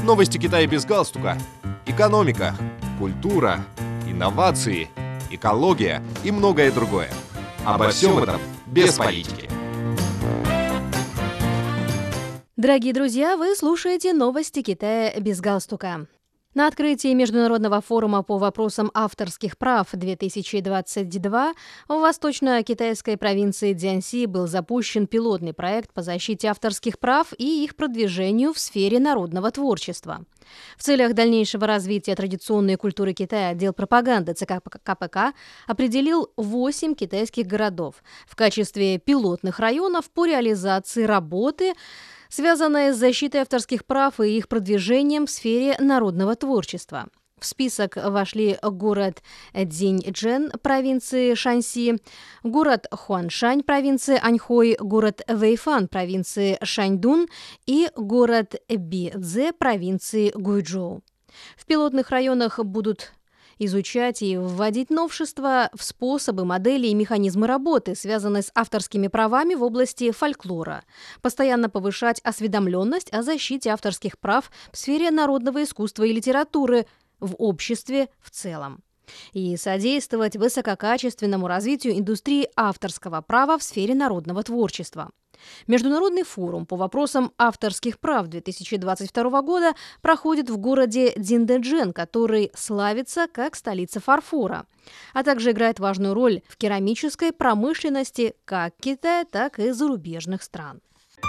Новости Китая без галстука. Экономика, культура, инновации, экология и многое другое. Обо всем этом без политики. Дорогие друзья, вы слушаете новости Китая без галстука. На открытии Международного форума по вопросам авторских прав 2022 в восточно-китайской провинции Цзянси был запущен пилотный проект по защите авторских прав и их продвижению в сфере народного творчества. В целях дальнейшего развития традиционной культуры Китая отдел пропаганды ЦК КПК определил 8 китайских городов в качестве пилотных районов по реализации работы, связанные с защитой авторских прав и их продвижением в сфере народного творчества. В список вошли город Цзиньчжэн провинции Шаньси, город Хуаншань провинции Аньхой, город Вэйфан провинции Шаньдун и город Бицзе провинции Гуйчжоу. В пилотных районах будут изучать и вводить новшества в способы, модели и механизмы работы, связанные с авторскими правами в области фольклора, постоянно повышать осведомленность о защите авторских прав в сфере народного искусства и литературы в обществе в целом и содействовать высококачественному развитию индустрии авторского права в сфере народного творчества. Международный форум по вопросам авторских прав 2022 года проходит в городе Цзиньчжэн, который славится как столица фарфора, а также играет важную роль в керамической промышленности как Китая, так и зарубежных стран.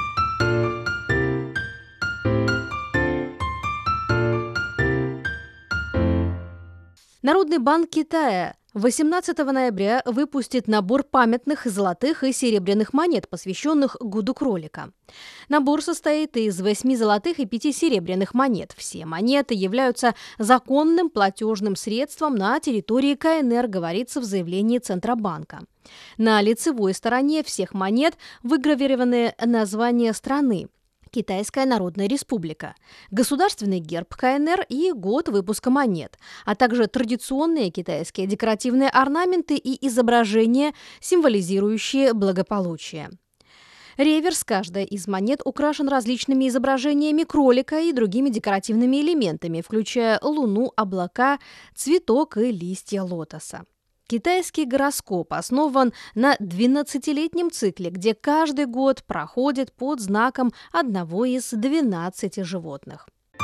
Народный банк Китая 18 ноября выпустит набор памятных золотых и серебряных монет, посвященных Году кролика. Набор состоит из 8 золотых и 5 серебряных монет. Все монеты являются законным платежным средством на территории КНР, говорится в заявлении Центробанка. На лицевой стороне всех монет выгравированы названия страны: Китайская Народная Республика, государственный герб КНР и год выпуска монет, а также традиционные китайские декоративные орнаменты и изображения, символизирующие благополучие. Реверс каждой из монет украшен различными изображениями кролика и другими декоративными элементами, включая луну, облака, цветок и листья лотоса. Китайский гороскоп основан на 12-летнем цикле, где каждый год проходит под знаком одного из 12 животных.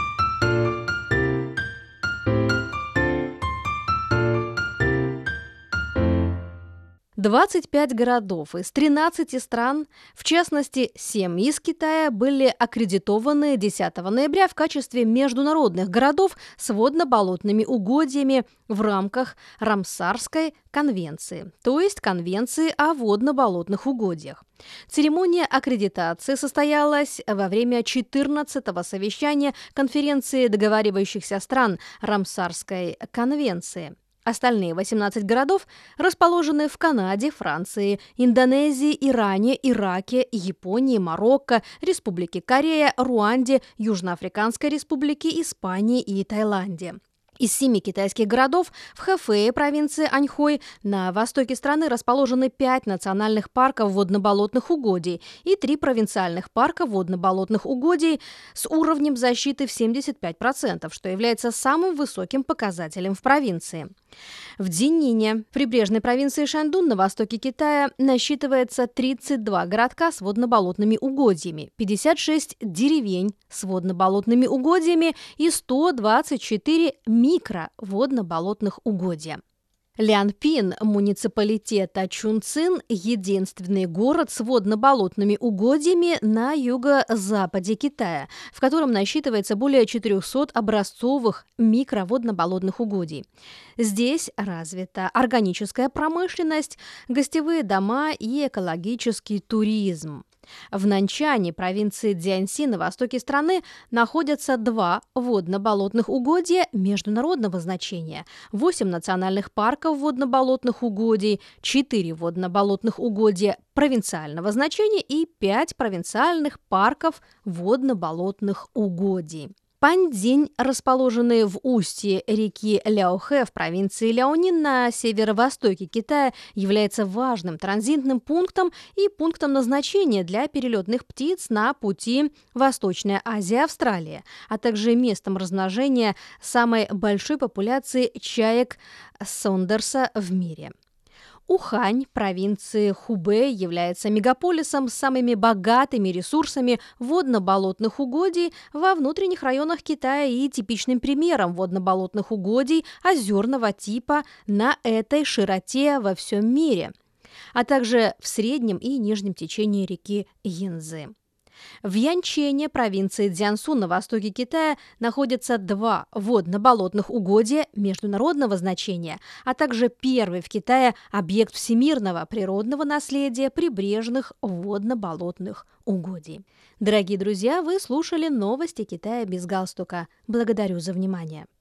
«25 городов из 13 стран, в частности, 7 из Китая, были аккредитованы 10 ноября в качестве международных городов с водно-болотными угодьями в рамках Рамсарской конвенции, то есть Конвенции о водно-болотных угодьях. Церемония аккредитации состоялась во время 14-го совещания конференции договаривающихся стран Рамсарской конвенции. Остальные 18 городов расположены в Канаде, Франции, Индонезии, Иране, Ираке, Японии, Марокко, Республике Корея, Руанде, Южноафриканской Республике, Испании и Таиланде. Из 7 китайских городов в Хэфэе, провинции Аньхой, на востоке страны расположены 5 национальных парков водно-болотных угодий и 3 провинциальных парка водно-болотных угодий с уровнем защиты в 75%, что является самым высоким показателем в провинции. В Дзинине, прибрежной провинции Шаньдун на востоке Китая, насчитывается 32 городка с водно-болотными угодьями, 56 деревень с водно-болотными угодьями и 124 микроводно-болотных угодья. Лянпин муниципалитета Чунцин – единственный город с водно-болотными угодьями на юго-западе Китая, в котором насчитывается более 400 образцовых микроводно-болотных угодий. Здесь развита органическая промышленность, гостевые дома и экологический туризм. В Наньчане, провинции Цзянси на востоке страны, находятся 2 водно-болотных угодья международного значения, 8 национальных парков водно-болотных угодий, 4 водно-болотных угодья провинциального значения и 5 провинциальных парков водно-болотных угодий. Паньцзинь, расположенный в устье реки Ляохэ в провинции Ляонин на северо-востоке Китая, является важным транзитным пунктом и пунктом назначения для перелетных птиц на пути Восточная Азия-Австралия, а также местом размножения самой большой популяции чаек Сондерса в мире. Ухань провинции Хубэй является мегаполисом с самыми богатыми ресурсами водно-болотных угодий во внутренних районах Китая и типичным примером водно-болотных угодий озерного типа на этой широте во всем мире, а также в среднем и нижнем течении реки Янцзы. В Янчэне, провинции Цзянсу на востоке Китая, находятся 2 водно-болотных угодья международного значения, а также первый в Китае объект всемирного природного наследия прибрежных водно-болотных угодий. Дорогие друзья, вы слушали новости Китая без галстука. Благодарю за внимание.